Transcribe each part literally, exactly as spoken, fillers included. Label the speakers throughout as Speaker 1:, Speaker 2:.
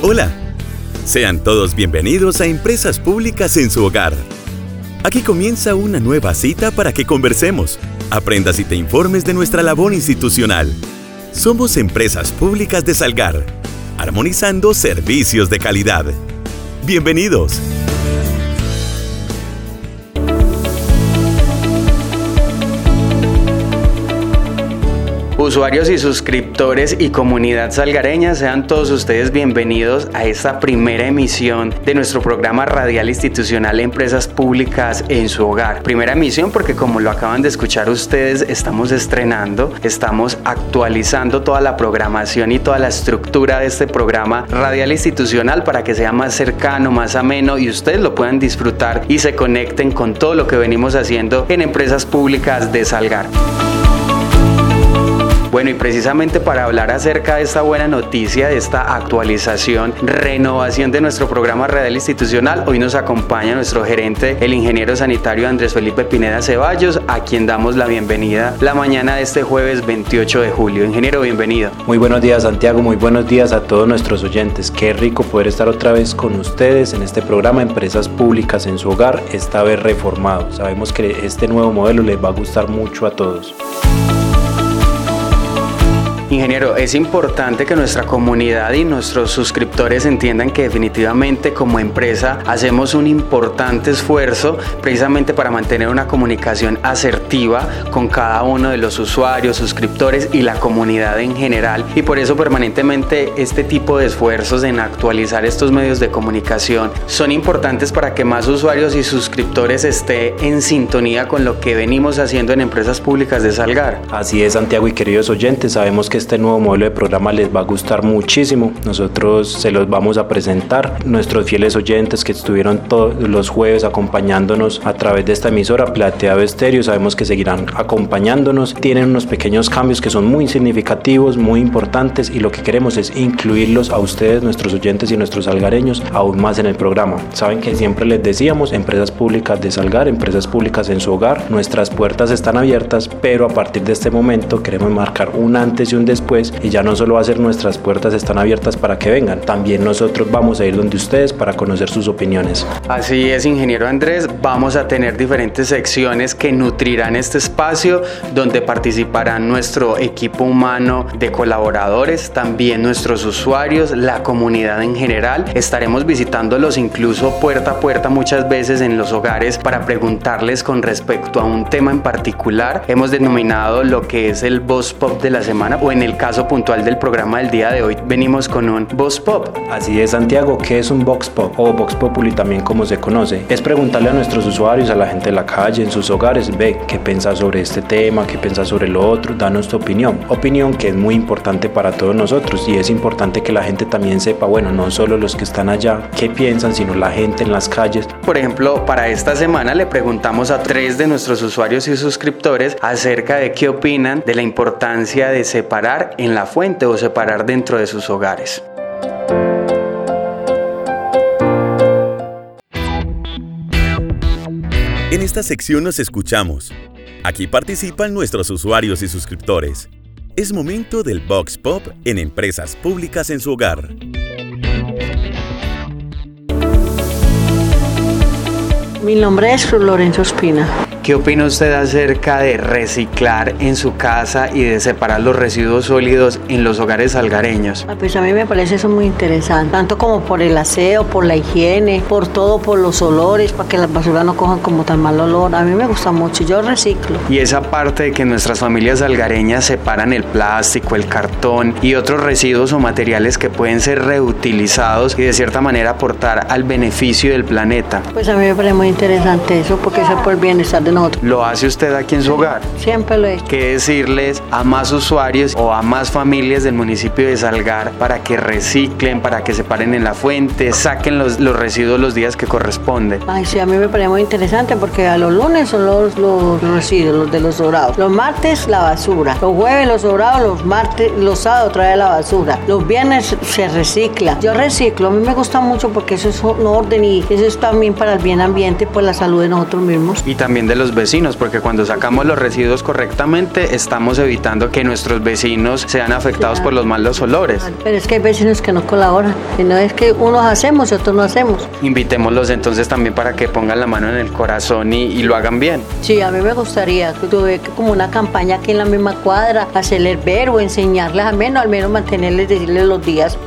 Speaker 1: Hola, sean todos bienvenidos a Empresas Públicas en su Hogar. Aquí comienza una nueva cita para que conversemos, aprendas y te informes de nuestra labor institucional. Somos Empresas Públicas de Salgar, armonizando servicios de calidad. Bienvenidos.
Speaker 2: Usuarios y suscriptores y comunidad salgareña, sean todos ustedes bienvenidos a esta primera emisión de nuestro programa radial institucional Empresas Públicas en su Hogar. Primera emisión porque, como lo acaban de escuchar ustedes, estamos estrenando, estamos actualizando toda la programación y toda la estructura de este programa radial institucional para que sea más cercano, más ameno y ustedes lo puedan disfrutar y se conecten con todo lo que venimos haciendo en Empresas Públicas de Salgar. Bueno, y precisamente para hablar acerca de esta buena noticia, de esta actualización, renovación de nuestro programa radial institucional, hoy nos acompaña nuestro gerente, el ingeniero sanitario Andrés Felipe Pineda Ceballos, a quien damos la bienvenida la mañana de este jueves veintiocho de julio. Ingeniero, bienvenido.
Speaker 3: Muy buenos días, Santiago, muy buenos días a todos nuestros oyentes. Qué rico poder estar otra vez con ustedes en este programa Empresas Públicas en su Hogar, esta vez reformado. Sabemos que este nuevo modelo les va a gustar mucho a todos.
Speaker 2: Ingeniero, es importante que nuestra comunidad y nuestros suscriptores entiendan que definitivamente como empresa hacemos un importante esfuerzo precisamente para mantener una comunicación asertiva con cada uno de los usuarios, suscriptores y la comunidad en general, y por eso permanentemente este tipo de esfuerzos en actualizar estos medios de comunicación son importantes para que más usuarios y suscriptores estén en sintonía con lo que venimos haciendo en Empresas Públicas de Salgar.
Speaker 3: Así es, Santiago, y queridos oyentes, sabemos que este nuevo modelo de programa les va a gustar muchísimo. Nosotros se los vamos a presentar. Nuestros fieles oyentes que estuvieron todos los jueves acompañándonos a través de esta emisora Plateado Estéreo, sabemos que seguirán acompañándonos. Tienen unos pequeños cambios que son muy significativos, muy importantes, y lo que queremos es incluirlos a ustedes, nuestros oyentes y nuestros salgareños, aún más en el programa. Saben que siempre les decíamos, Empresas Públicas de Salgar, Empresas Públicas en su Hogar, nuestras puertas están abiertas, pero a partir de este momento queremos marcar un antes y un después, y ya no solo va a ser nuestras puertas están abiertas para que vengan, también nosotros vamos a ir donde ustedes para conocer sus opiniones.
Speaker 2: Así es, ingeniero Andrés, vamos a tener diferentes secciones que nutrirán este espacio, donde participarán nuestro equipo humano de colaboradores, también nuestros usuarios, la comunidad en general. Estaremos visitándolos incluso puerta a puerta muchas veces en los hogares para preguntarles con respecto a un tema en particular. Hemos denominado lo que es el Voz Pop de la semana, o en el caso puntual del programa del día de hoy venimos con un Voz Pop.
Speaker 3: Así es, Santiago. ¿Qué es un Vox Pop o Vox Populi también como se conoce? Es preguntarle a nuestros usuarios, a la gente de la calle, en sus hogares, ve, ¿qué piensas sobre este tema? ¿Qué piensas sobre lo otro? Danos tu opinión. Opinión que es muy importante para todos nosotros, y es importante que la gente también sepa, bueno, no solo los que están allá, qué piensan, sino la gente en las calles.
Speaker 2: Por ejemplo, para esta semana le preguntamos a tres de nuestros usuarios y suscriptores acerca de qué opinan de la importancia de separar en la fuente o separar dentro de sus hogares.
Speaker 1: En esta sección nos escuchamos. Aquí participan nuestros usuarios y suscriptores. Es momento del Vox Pop en Empresas Públicas en su Hogar.
Speaker 4: Mi nombre es Cruz Lorenzo Espina.
Speaker 2: ¿Qué opina usted acerca de reciclar en su casa y de separar los residuos sólidos en los hogares salgareños?
Speaker 4: Pues a mí me parece eso muy interesante, tanto como por el aseo, por la higiene, por todo, por los olores, para que las basuras no cojan como tan mal olor. A mí me gusta mucho, yo reciclo.
Speaker 2: Y esa parte de que nuestras familias salgareñas separan el plástico, el cartón y otros residuos o materiales que pueden ser reutilizados y de cierta manera aportar al beneficio del planeta.
Speaker 4: Pues a mí me parece muy interesante eso, porque eso es por el bienestar de nosotros.
Speaker 2: ¿Lo hace usted aquí en su hogar?
Speaker 4: Siempre lo he hecho.
Speaker 2: ¿Qué decirles a más usuarios o a más familias del municipio de Salgar para que reciclen, para que separen en la fuente, saquen los, los residuos los días que corresponden?
Speaker 4: Ay, sí, a mí me parece muy interesante, porque a los lunes son los, los residuos, los de los sobrados. Los martes la basura. Los jueves los sobrados, los martes, los sábados trae la basura. Los viernes se recicla. Yo reciclo, a mí me gusta mucho porque eso es un orden y eso es también para el bien ambiente, pues la salud de nosotros mismos.
Speaker 2: Y también de los nuestros vecinos, porque cuando sacamos los residuos correctamente estamos evitando que nuestros vecinos sean afectados, claro, por los malos olores.
Speaker 4: Pero es que hay vecinos que no colaboran, y no es que unos hacemos y otros no hacemos.
Speaker 2: Invitémoslos entonces también para que pongan la mano en el corazón y, y lo hagan bien.
Speaker 4: Sí, a mí me gustaría que tuve como una campaña aquí en la misma cuadra, hacerles ver o enseñarles al menos, al menos mantenerles, decirles los días.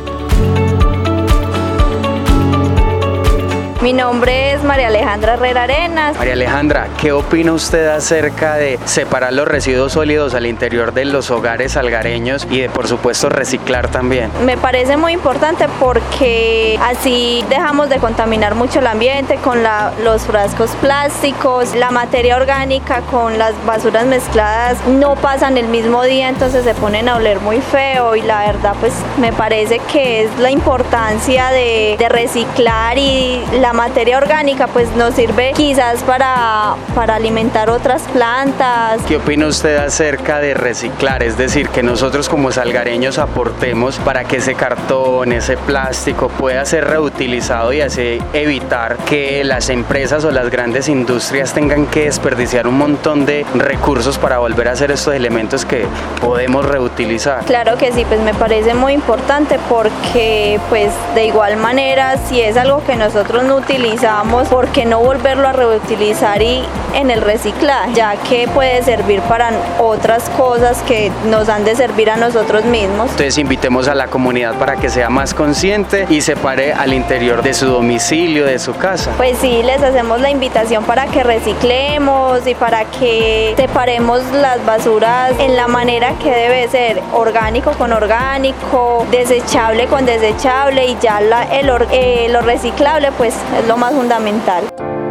Speaker 5: Mi nombre es María Alejandra Herrera Arenas.
Speaker 2: María Alejandra, ¿qué opina usted acerca de separar los residuos sólidos al interior de los hogares salgareños y de, por supuesto, reciclar también?
Speaker 5: Me parece muy importante porque así dejamos de contaminar mucho el ambiente con la, los frascos plásticos, la materia orgánica con las basuras mezcladas no pasan el mismo día, entonces se ponen a oler muy feo, y la verdad pues me parece que es la importancia de, de reciclar, y la La materia orgánica pues nos sirve quizás para, para alimentar otras plantas.
Speaker 2: ¿Qué opina usted acerca de reciclar? Es decir, que nosotros como salgareños aportemos para que ese cartón, ese plástico pueda ser reutilizado y así evitar que las empresas o las grandes industrias tengan que desperdiciar un montón de recursos para volver a hacer estos elementos que podemos reutilizar.
Speaker 5: Claro que sí, pues me parece muy importante porque pues de igual manera si es algo que nosotros no utilizamos, ¿por qué no volverlo a reutilizar y en el reciclaje? Ya que puede servir para otras cosas que nos han de servir a nosotros mismos.
Speaker 2: Entonces invitemos a la comunidad para que sea más consciente y separe al interior de su domicilio, de su casa.
Speaker 5: Pues sí, les hacemos la invitación para que reciclemos y para que separemos las basuras en la manera que debe ser, orgánico con orgánico, desechable con desechable, y ya la, el, eh, lo reciclable pues es lo más fundamental.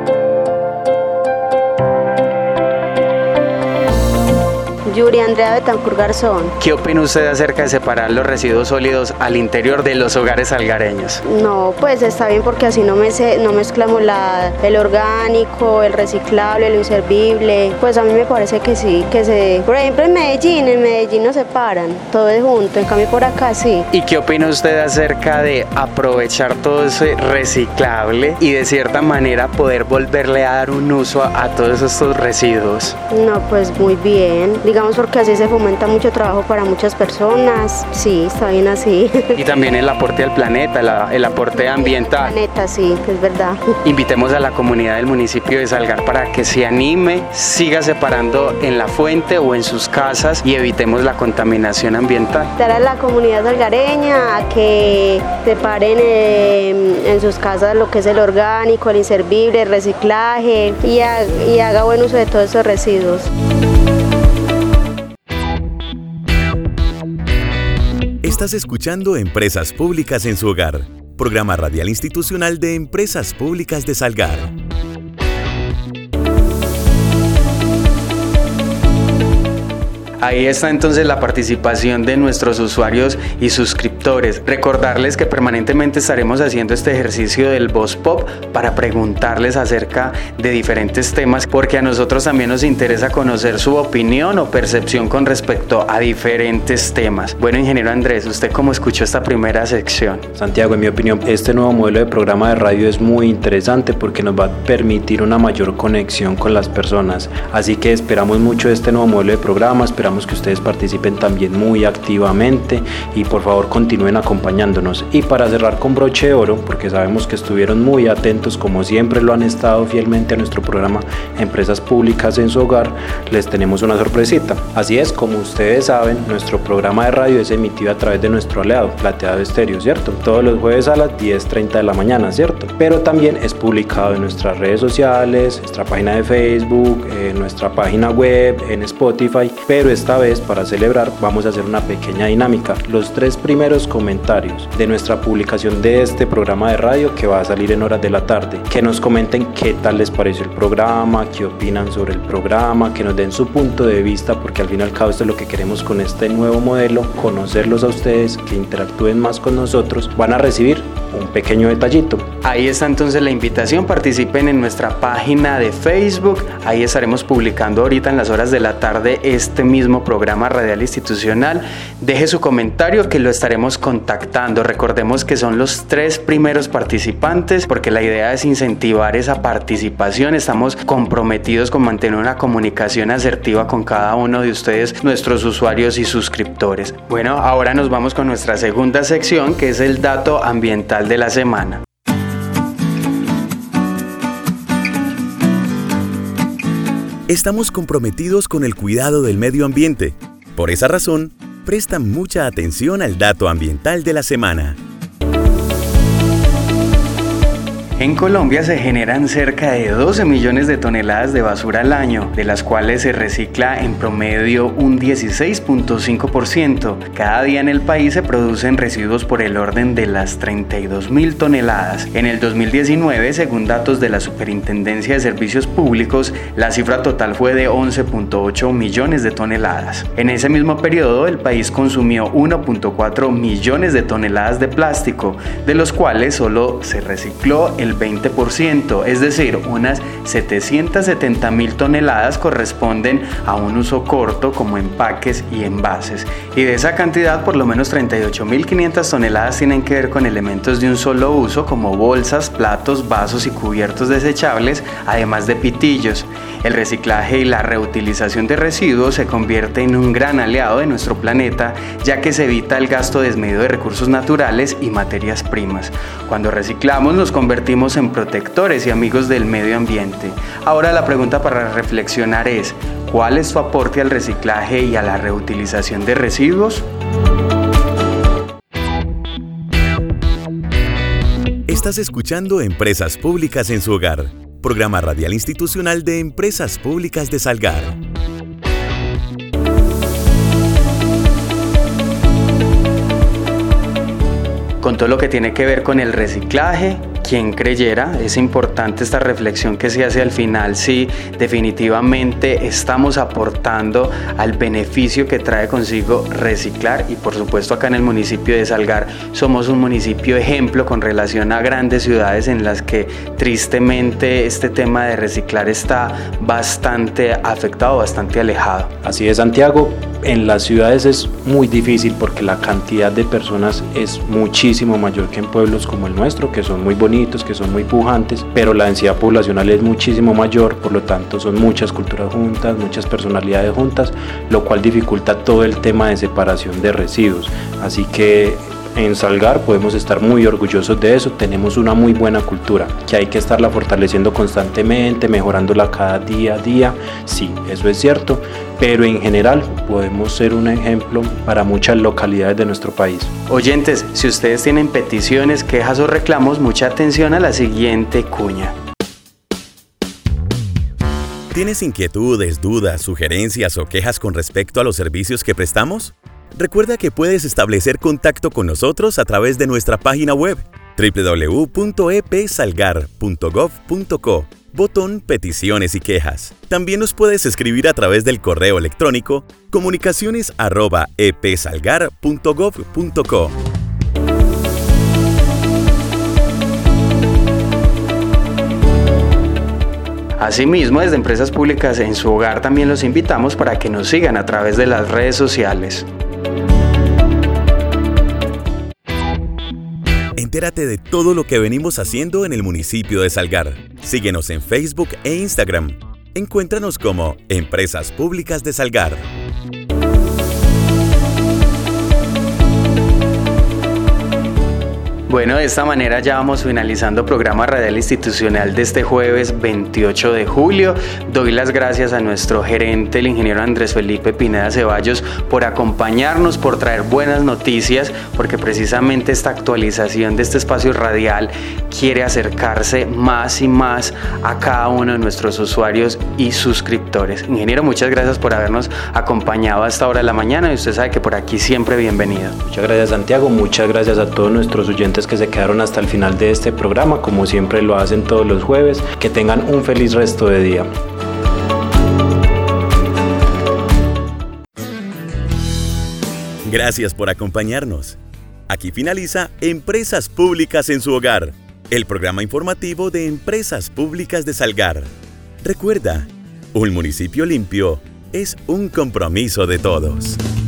Speaker 6: Yuri Andrea Betancur Garzón.
Speaker 2: ¿Qué opina usted acerca de separar los residuos sólidos al interior de los hogares salgareños?
Speaker 6: No, pues está bien porque así no, me se, no mezclamos la, el orgánico, el reciclable, lo inservible. Pues a mí me parece que sí, que se... Por ejemplo en Medellín, en Medellín no separan, todo es junto, en cambio por acá sí.
Speaker 2: ¿Y qué opina usted acerca de aprovechar todo ese reciclable y de cierta manera poder volverle a dar un uso a, a todos estos residuos?
Speaker 6: No, pues muy bien, digamos porque así se fomenta mucho trabajo para muchas personas. Sí, está bien así.
Speaker 2: Y también el aporte al planeta, la, el aporte ambiental.
Speaker 6: El planeta, sí, es verdad.
Speaker 2: Invitemos a la comunidad del municipio de Salgar para que se anime, siga separando en la fuente o en sus casas y evitemos la contaminación ambiental.
Speaker 6: Invitar a la comunidad salgareña a que separen en, en sus casas lo que es el orgánico, el inservible, el reciclaje, y, ha, y haga buen uso de todos esos residuos.
Speaker 1: Estás escuchando Empresas Públicas en su Hogar, programa radial institucional de Empresas Públicas de Salgar.
Speaker 2: Ahí está entonces la participación de nuestros usuarios y suscriptores. Recordarles que permanentemente estaremos haciendo este ejercicio del Voz Pop para preguntarles acerca de diferentes temas, porque a nosotros también nos interesa conocer su opinión o percepción con respecto a diferentes temas. Bueno, ingeniero Andrés, ¿usted cómo escuchó esta primera sección?
Speaker 3: Santiago, en mi opinión, este nuevo modelo de programa de radio es muy interesante porque nos va a permitir una mayor conexión con las personas. Así que esperamos mucho de este nuevo modelo de programa, esperamos que ustedes participen también muy activamente y por favor continúen acompañándonos. Y para cerrar con broche de oro, porque sabemos que estuvieron muy atentos como siempre lo han estado fielmente a nuestro programa Empresas Públicas en su Hogar, les tenemos una sorpresita. Así es, como ustedes saben, nuestro programa de radio es emitido a través de nuestro aliado Plateado Estéreo, ¿cierto? Todos los jueves a las diez treinta de la mañana, ¿cierto? Pero también es publicado en nuestras redes sociales, nuestra página de Facebook, en nuestra página web, en Spotify, pero esta vez para celebrar vamos a hacer una pequeña dinámica. Los tres primeros comentarios de nuestra publicación de este programa de radio, que va a salir en horas de la tarde, que nos comenten qué tal les pareció el programa, qué opinan sobre el programa, que nos den su punto de vista, porque al fin y al cabo esto es lo que queremos con este nuevo modelo, conocerlos a ustedes, que interactúen más con nosotros. Van a recibir un pequeño detallito.
Speaker 2: Ahí está entonces la invitación, participen en nuestra página de Facebook, ahí estaremos publicando ahorita en las horas de la tarde este mismo programa radial institucional. Deje su comentario que lo estaremos contactando. Recordemos que son los tres primeros participantes porque la idea es incentivar esa participación. Estamos comprometidos con mantener una comunicación asertiva con cada uno de ustedes, nuestros usuarios y suscriptores. Bueno, ahora nos vamos con nuestra segunda sección, que es el dato ambiental de la semana.
Speaker 1: Estamos comprometidos con el cuidado del medio ambiente. Por esa razón, presta mucha atención al dato ambiental de la semana.
Speaker 2: En Colombia se generan cerca de doce millones de toneladas de basura al año, de las cuales se recicla en promedio un dieciséis punto cinco por ciento. Cada día en el país se producen residuos por el orden de las treinta y dos mil toneladas. En el dos mil diecinueve, según datos de la Superintendencia de Servicios Públicos, la cifra total fue de once punto ocho millones de toneladas. En ese mismo periodo, el país consumió uno punto cuatro millones de toneladas de plástico, de los cuales solo se recicló el veinte por ciento, es decir, unas setecientas setenta mil toneladas corresponden a un uso corto como empaques y envases, y de esa cantidad por lo menos treinta y ocho mil quinientas toneladas tienen que ver con elementos de un solo uso como bolsas, platos, vasos y cubiertos desechables, además de pitillos. El reciclaje y la reutilización de residuos se convierte en un gran aliado de nuestro planeta, ya que se evita el gasto desmedido de recursos naturales y materias primas. Cuando reciclamos nos convertimos en protectores y amigos del medio ambiente. Ahora la pregunta para reflexionar es: ¿cuál es tu aporte al reciclaje y a la reutilización de residuos?
Speaker 1: Estás escuchando Empresas Públicas en su Hogar, programa radial institucional de Empresas Públicas de Salgar.
Speaker 2: Con todo lo que tiene que ver con el reciclaje, quien creyera, es importante esta reflexión que se hace al final, si definitivamente estamos aportando al beneficio que trae consigo reciclar. Y por supuesto acá en el municipio de Salgar somos un municipio ejemplo con relación a grandes ciudades en las que tristemente este tema de reciclar está bastante afectado, bastante alejado.
Speaker 3: Así es, Santiago. En las ciudades es muy difícil porque la cantidad de personas es muchísimo mayor que en pueblos como el nuestro, que son muy bonitos, que son muy pujantes, pero la densidad poblacional es muchísimo mayor, por lo tanto son muchas culturas juntas, muchas personalidades juntas, lo cual dificulta todo el tema de separación de residuos. Así que en Salgar podemos estar muy orgullosos de eso. Tenemos una muy buena cultura que hay que estarla fortaleciendo constantemente, mejorándola cada día a día. Sí, eso es cierto, pero en general podemos ser un ejemplo para muchas localidades de nuestro país.
Speaker 2: Oyentes, si ustedes tienen peticiones, quejas o reclamos, mucha atención a la siguiente cuña.
Speaker 1: ¿Tienes inquietudes, dudas, sugerencias o quejas con respecto a los servicios que prestamos? Recuerda que puedes establecer contacto con nosotros a través de nuestra página web doble u doble u doble u punto e p salgar punto gov punto co, botón Peticiones y Quejas. También nos puedes escribir a través del correo electrónico comunicaciones arroba e p salgar punto gov punto co.
Speaker 2: Asimismo, desde Empresas Públicas en su Hogar también los invitamos para que nos sigan a través de las redes sociales.
Speaker 1: Entérate de todo lo que venimos haciendo en el municipio de Salgar. Síguenos en Facebook e Instagram. Encuéntranos como Empresas Públicas de Salgar.
Speaker 2: Bueno, de esta manera ya vamos finalizando programa radial institucional de este jueves veintiocho de julio. Doy las gracias a nuestro gerente, el ingeniero Andrés Felipe Pineda Ceballos, por acompañarnos, por traer buenas noticias, porque precisamente esta actualización de este espacio radial quiere acercarse más y más a cada uno de nuestros usuarios y suscriptores. Ingeniero, muchas gracias por habernos acompañado a esta hora de la mañana y usted sabe que por aquí siempre bienvenido.
Speaker 3: Muchas gracias, Santiago. Muchas gracias a todos nuestros oyentes que se quedaron hasta el final de este programa, como siempre lo hacen todos los jueves. Que tengan un feliz resto de día.
Speaker 1: Gracias por acompañarnos. Aquí finaliza Empresas Públicas en su Hogar, el programa informativo de Empresas Públicas de Salgar. Recuerda, un municipio limpio es un compromiso de todos.